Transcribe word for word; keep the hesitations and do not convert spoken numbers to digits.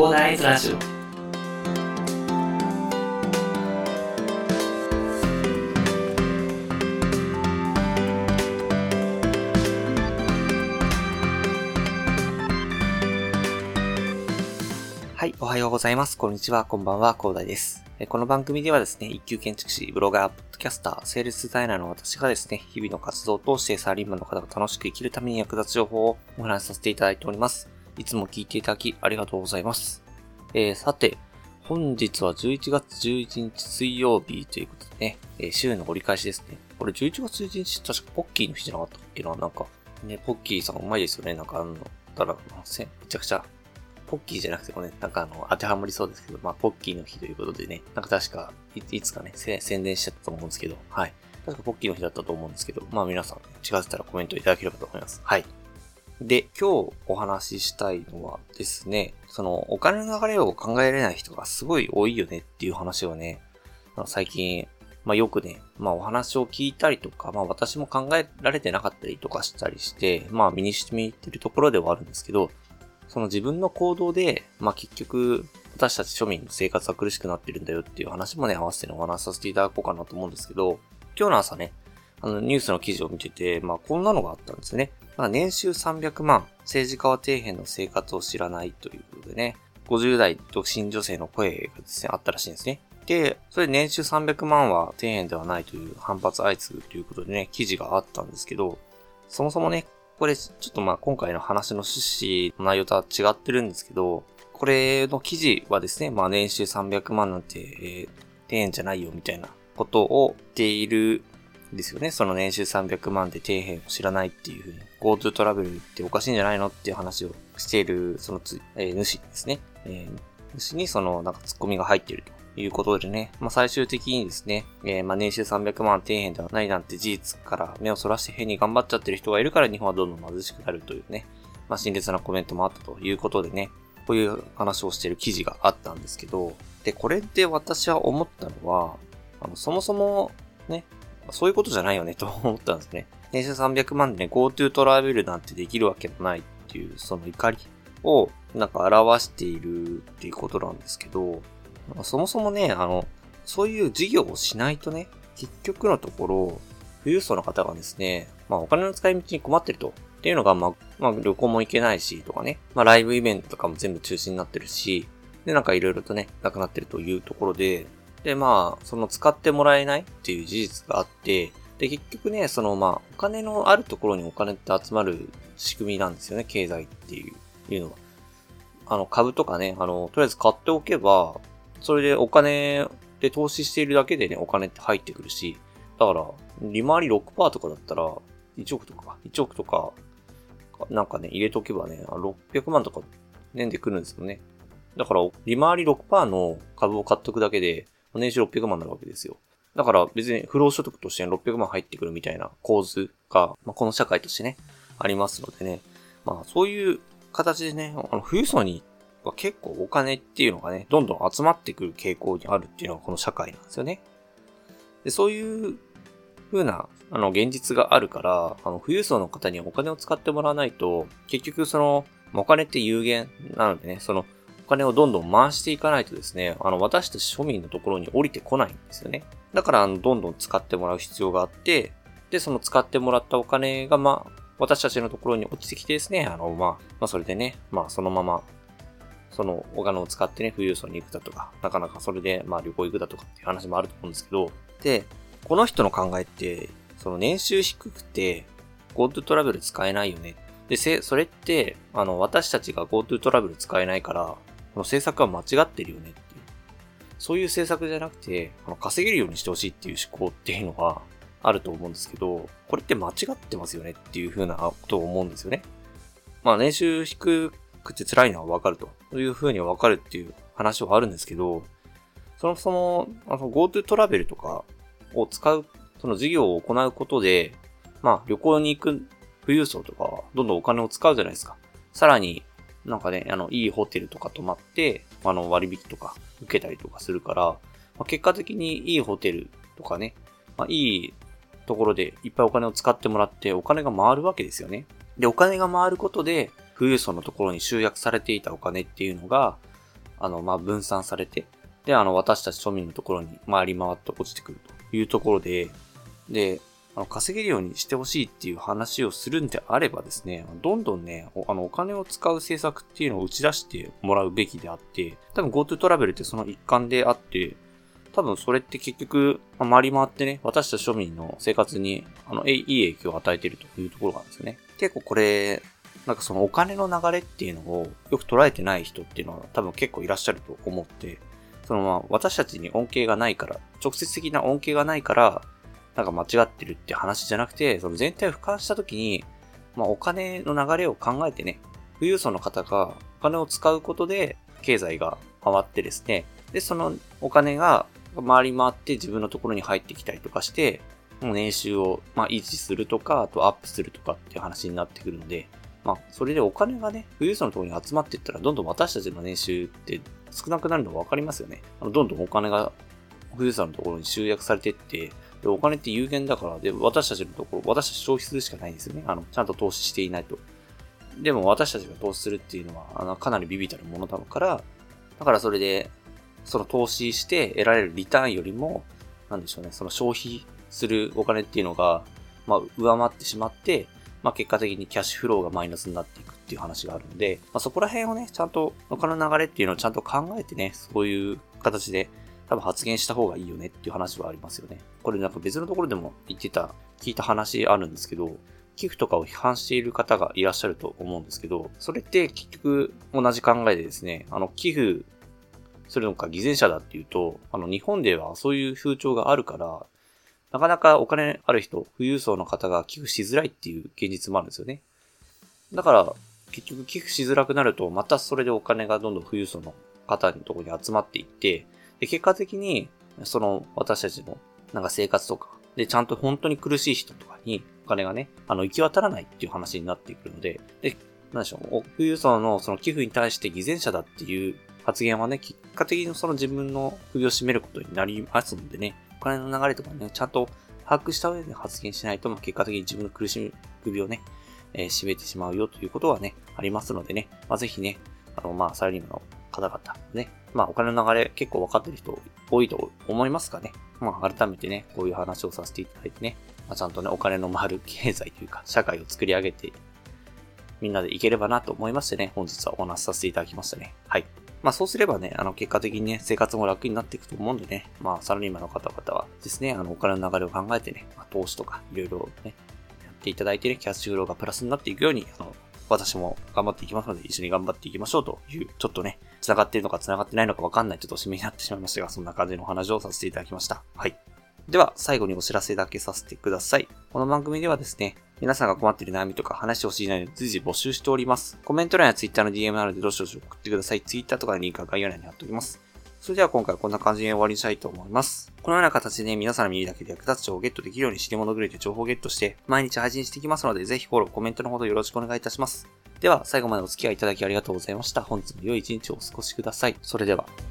コーダーイズラジオ。はい、おはようございます。こんにちは、こんばんは、コーダイです。この番組ではですね、一級建築士、ブロガー、ポッドキャスター、セールスデザイナーの私がですね、日々の活動を通してサラリーマンの方が楽しく生きるために役立つ情報をお話しさせていただいております。いつも聞いていただきありがとうございます。えー、さて、本日はじゅういちがつじゅういちにち水曜日ということでね、えー、週の折り返しですね。これじゅういちがつじゅういちにち確かポッキーの日じゃなかったっけな。なんか、ね、ポッキーさんうまいですよね。なんかあの、だら、めちゃくちゃ、ポッキーじゃなくてもね、なんかあの、当てはまりそうですけど、まあ、ポッキーの日ということでね、なんか確か、い, いつかね、宣伝しちゃったと思うんですけど、はい。確かポッキーの日だったと思うんですけど、まあ皆さん、ね、違ってたらコメントいただければと思います。はい。で、今日お話ししたいのはですね、その、お金の流れを考えれない人がすごい多いよねっていう話をね、最近、まあよくね、まあお話を聞いたりとか、まあ私も考えられてなかったりとかしたりして、まあ身にしてみてるところではあるんですけど、その自分の行動で、まあ結局、私たち庶民の生活は苦しくなってるんだよっていう話もね、合わせてお話しさせていただこうかなと思うんですけど、今日の朝ね、あのニュースの記事を見てて、まあこんなのがあったんですよね。まあ、年収さんびゃくまん、政治家は底辺の生活を知らないということでね、ごじゅう代独身女性の声がですね、あったらしいんですね。で、それ年収さんびゃくまんは底辺ではないという反発相次ぐということでね、記事があったんですけど、そもそもね、これちょっとまあ今回の話の趣旨の内容とは違ってるんですけど、これの記事はですね、まあ年収さんびゃくまんなんて、えー、底辺じゃないよみたいなことを言っているんですよね。その年収さんびゃくまんで底辺を知らないっていうふうに、GoTo トラベルっておかしいんじゃないのっていう話をしているそのつ、えー、主ですね。えー、主にそのなんかツッコミが入っていると。いうことでね、まあ最終的にですね、えー、まあ年収さんびゃくまん底辺ではないなんて事実から目をそらして変に頑張っちゃってる人がいるから日本はどんどん貧しくなるというね、まあ辛辣なコメントもあったということでね、こういう話をしている記事があったんですけど、で、これで私は思ったのは、あの、そもそもね、そういうことじゃないよねと思ったんですね。年収さんびゃくまんでね、GoTo トラベルなんてできるわけもないっていう、その怒りをなんか表しているっていうことなんですけど、そもそもね、あの、そういう事業をしないとね、結局のところ、富裕層の方がですね、まあお金の使い道に困ってると。っていうのが、まあ、まあ旅行も行けないしとかね、まあライブイベントとかも全部中止になってるし、で、なんかいろいろとね、なくなってるというところで、で、まあ、その使ってもらえないっていう事実があって、で、結局ね、そのまあ、お金のあるところにお金って集まる仕組みなんですよね、経済っていう、いうのは。あの、株とかね、あの、とりあえず買っておけば、それでお金で投資しているだけでね、お金って入ってくるし、だから、利回り ろくパーセント とかだったら、いちおくとか、いちおくとか、なんかね、入れとけばね、ろっぴゃくまんとか年で来るんですよね。だから、利回り ろくパーセント の株を買っとくだけで、年収ろっぴゃくまんになるわけですよ。だから別に不労所得としてろっぴゃくまん入ってくるみたいな構図が、まあ、この社会としてね、ありますのでね。まあそういう形でね、あの富裕層には結構お金っていうのがね、どんどん集まってくる傾向にあるっていうのがこの社会なんですよね。で、そういう風な、あの、現実があるから、あの、富裕層の方にはお金を使ってもらわないと、結局その、お金って有限なのでね、その、お金をどんどん回していかないとですね、あの、私たち庶民のところに降りてこないんですよね。だから、あの、どんどん使ってもらう必要があって、で、その使ってもらったお金が、まあ、私たちのところに落ちてきてですね、あの、まあ、まあ、それでね、まあ、そのまま、そのお金を使ってね、富裕層に行くだとか、なかなかそれで、まあ旅行行くだとかっていう話もあると思うんですけど、で、この人の考えって、その年収低くて GoTo トラベル使えないよね。で、せ、それって、あの、私たちが GoTo トラベル使えないから、この政策は間違ってるよねっていう。そういう政策じゃなくて、あの稼げるようにしてほしいっていう思考っていうのはあると思うんですけど、これって間違ってますよねっていう風なことを思うんですよね。まあ年収低くて辛いのはわかるという風にはわかるっていう話はあるんですけど、そもそも、あの GoTo トラベルとかを使う、その事業を行うことで、まあ旅行に行く富裕層とかはどんどんお金を使うじゃないですか。さらになんかね、あの、いいホテルとか泊まって、あの、割引とか受けたりとかするから、まあ、結果的にいいホテルとかね、まあ、いいところでいっぱいお金を使ってもらってお金が回るわけですよね。で、お金が回ることで、富裕層のところに集約されていたお金っていうのが、 あの、まあ、分散されて、で、あの、私たち庶民のところに回り回って落ちてくるというところで、で、あの稼げるようにしてほしいっていう話をするんであればですね、どんどんね、おあのお金を使う政策っていうのを打ち出してもらうべきであって、多分 GoTo トラベルってその一環であって、多分それって結局、まあ、回り回ってね、私たち庶民の生活にあのいい影響を与えているというところなんですよね。結構これ、なんかそのお金の流れっていうのをよく捉えてない人っていうのは多分結構いらっしゃると思って、そのまあ私たちに恩恵がないから、直接的な恩恵がないから、なんか間違ってるって話じゃなくて、その全体を俯瞰したときに、まあお金の流れを考えてね、富裕層の方がお金を使うことで経済が回ってですね、で、そのお金が回り回って自分のところに入ってきたりとかして、もう年収をまあ維持するとか、あとアップするとかっていう話になってくるので、まあそれでお金がね、富裕層のところに集まっていったら、どんどん私たちの年収って少なくなるのがわかりますよね。あのどんどんお金が富裕層のところに集約されていって、でお金って有限だから、で、私たちのところ、私たち消費するしかないんですよね。あの、ちゃんと投資していないと。でも私たちが投資するっていうのは、あの、かなりビビたるものだから、だからそれで、その投資して得られるリターンよりも、なんでしょうね、その消費するお金っていうのが、まあ、上回ってしまって、まあ、結果的にキャッシュフローがマイナスになっていくっていう話があるので、まあ、そこら辺をね、ちゃんと、お金の流れっていうのをちゃんと考えてね、そういう形で、多分発言した方がいいよねっていう話はありますよね。これなんか別のところでも言ってた、聞いた話あるんですけど、寄付とかを批判している方がいらっしゃると思うんですけど、それって結局同じ考えでですね、あの寄付するのか偽善者だっていうと、あの日本ではそういう風潮があるから、なかなかお金ある人、富裕層の方が寄付しづらいっていう現実もあるんですよね。だから結局寄付しづらくなると、またそれでお金がどんどん富裕層の方のところに集まっていって、で、結果的に、その、私たちの、なんか生活とか、で、ちゃんと本当に苦しい人とかに、お金がね、あの、行き渡らないっていう話になってくるので、で、なんでしょう、富裕層のその寄付に対して偽善者だっていう発言はね、結果的にその自分の首を絞めることになりますのでね、お金の流れとかね、ちゃんと把握した上で発言しないと、まあ、結果的に自分の苦しみ、首をね、えー、絞めてしまうよということはね、ありますのでね、まあ、ぜひね、あの、まあ、サラリーマンの方々ね、まあお金の流れ結構分かってる人多いと思いますかね。まあ改めてね、こういう話をさせていただいてね、まあ、ちゃんとね、お金の回る経済というか、社会を作り上げて、みんなでいければなと思いましてね、本日はお話しさせていただきましたね。はい。まあそうすればね、あの結果的にね、生活も楽になっていくと思うんでね、まあサラリーマンの方々はですね、あのお金の流れを考えてね、まあ、投資とかいろいろね、やっていただいてね、キャッシュフローがプラスになっていくように、あの、私も頑張っていきますので、一緒に頑張っていきましょうという、ちょっとね、繋がっているのか繋がってないのか分かんないちょっと締めになってしまいましたが、そんな感じのお話をさせていただきました。はい。では、最後にお知らせだけさせてください。この番組ではですね、皆さんが困っている悩みとか話してほしい内容を随時募集しております。コメント欄や Twitter の ディーエム などでどしどし送ってください。Twitter とかのリンクは概要欄に貼っております。それでは今回はこんな感じで終わりにしたいと思います。このような形でね、皆さんの耳だけで役立つ情報をゲットできるように知り物狂いで情報をゲットして毎日配信していきますので、ぜひフォロー、コメントのほどよろしくお願いいたします。では、最後までお付き合いいただきありがとうございました。本日も良い一日をお過ごしください。それでは。